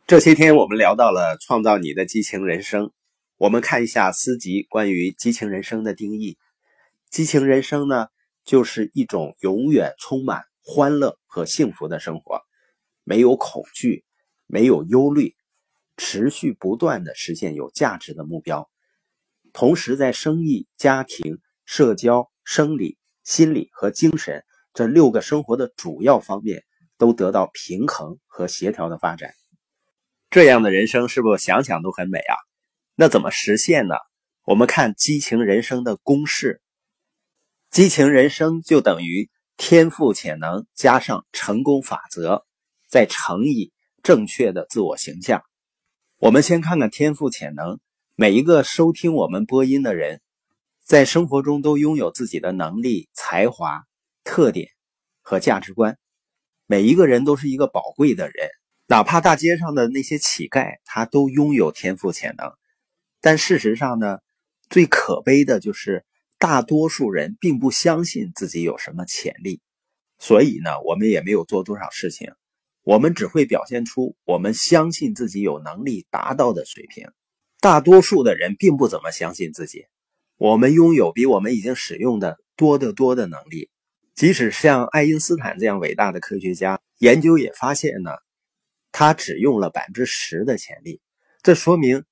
这些天我们聊到了创造你的激情人生，我们看一下思吉关于激情人生的定义。激情人生呢，就是一种永远充满欢乐和幸福的生活，没有恐惧，没有忧虑，持续不断的实现有价值的目标，同时在生意、家庭、社交、生理、心理和精神这6个生活的主要方面都得到平衡和协调的发展。这样的人生是不是想想都很美啊？那怎么实现呢？我们看激情人生的公式。激情人生就等于天赋潜能加上成功法则，再乘以正确的自我形象。我们先看看天赋潜能。每一个收听我们播音的人，在生活中都拥有自己的能力、才华、特点和价值观。每一个人都是一个宝贵的人。哪怕大街上的那些乞丐，他都拥有天赋潜能。但事实上呢，最可悲的就是大多数人并不相信自己有什么潜力。所以呢，我们也没有做多少事情，我们只会表现出我们相信自己有能力达到的水平。大多数的人并不怎么相信自己，我们拥有比我们已经使用的多得多的能力。即使像爱因斯坦这样伟大的科学家，研究也发现呢，他只用了 10% 的潜力，这说明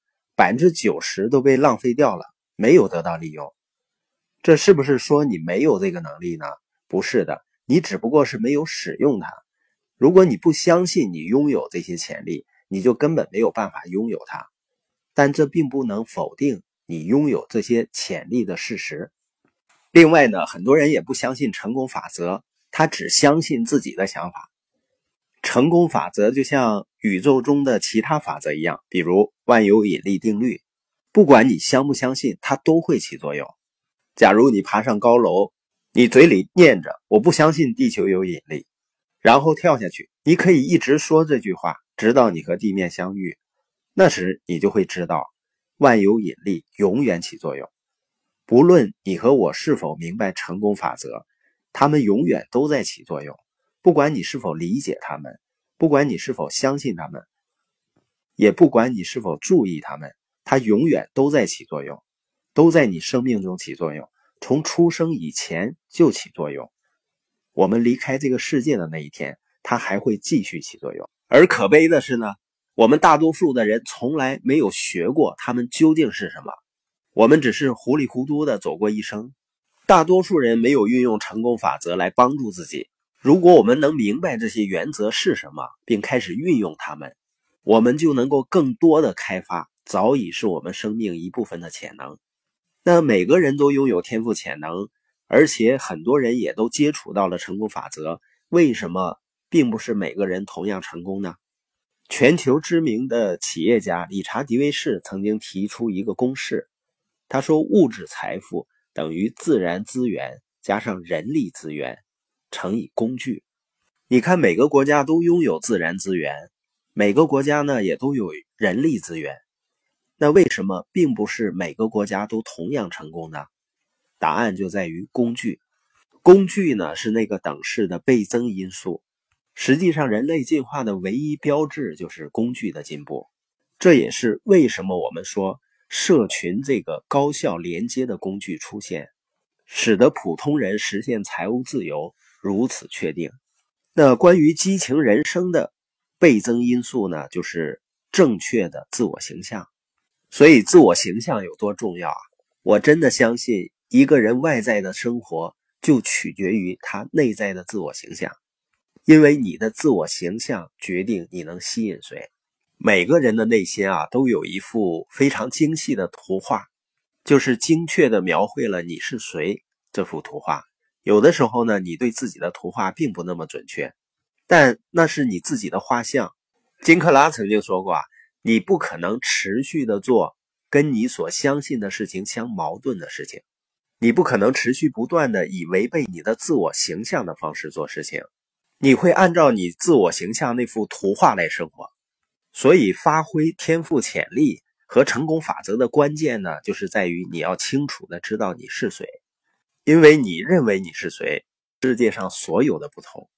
90% 都被浪费掉了，没有得到利用。这是不是说你没有这个能力呢？不是的，你只不过是没有使用它。如果你不相信你拥有这些潜力，你就根本没有办法拥有它。但这并不能否定你拥有这些潜力的事实。另外呢，很多人也不相信成功法则，他只相信自己的想法。成功法则就像宇宙中的其他法则一样，比如万有引力定律，不管你相不相信，它都会起作用。假如你爬上高楼，你嘴里念着我不相信地球有引力，然后跳下去，你可以一直说这句话，直到你和地面相遇。那时你就会知道，万有引力永远起作用。不论你和我是否明白成功法则，它们永远都在起作用。不管你是否理解它们，不管你是否相信它们，也不管你是否注意它们，它永远都在起作用，都在你生命中起作用，从出生以前就起作用。我们离开这个世界的那一天，它还会继续起作用。而可悲的是呢，我们大多数的人从来没有学过它们究竟是什么，我们只是糊里糊涂的走过一生。大多数人没有运用成功法则来帮助自己。如果我们能明白这些原则是什么，并开始运用它们，我们就能够更多的开发早已是我们生命一部分的潜能。那每个人都拥有天赋潜能，而且很多人也都接触到了成功法则，为什么并不是每个人同样成功呢？全球知名的企业家理查·迪维士曾经提出一个公式，他说物质财富等于自然资源加上人力资源乘以工具。你看每个国家都拥有自然资源，每个国家呢也都有人力资源，那为什么并不是每个国家都同样成功呢？答案就在于工具。工具呢是那个等式的倍增因素。实际上人类进化的唯一标志就是工具的进步。这也是为什么我们说社群这个高效连接的工具出现，使得普通人实现财务自由如此确定。那关于激情人生的倍增因素呢，就是正确的自我形象。所以自我形象有多重要啊？我真的相信一个人外在的生活就取决于他内在的自我形象，因为你的自我形象决定你能吸引谁。每个人的内心啊，都有一幅非常精细的图画，就是精确地描绘了你是谁这幅图画。有的时候呢，你对自己的图画并不那么准确，但那是你自己的画像。金克拉曾经说过啊，你不可能持续地做跟你所相信的事情相矛盾的事情，你不可能持续不断地以违背你的自我形象的方式做事情，你会按照你自我形象那幅图画来生活。所以发挥天赋潜力和成功法则的关键呢，就是在于你要清楚地知道你是谁。因为你认为你是谁，世界上所有的不同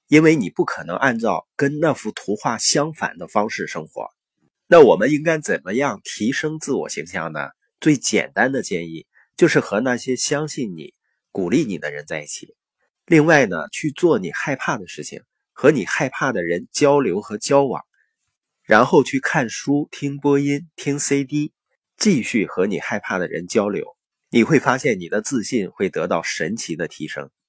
因为你不可能按照跟那幅图画相反的方式生活。那我们应该怎么样提升自我形象呢？最简单的建议就是和那些相信你、鼓励你的人在一起。另外呢，去做你害怕的事情，和你害怕的人交流和交往，然后去看书、听播音、听 CD， 继续和你害怕的人交流。你会发现你的自信会得到神奇的提升。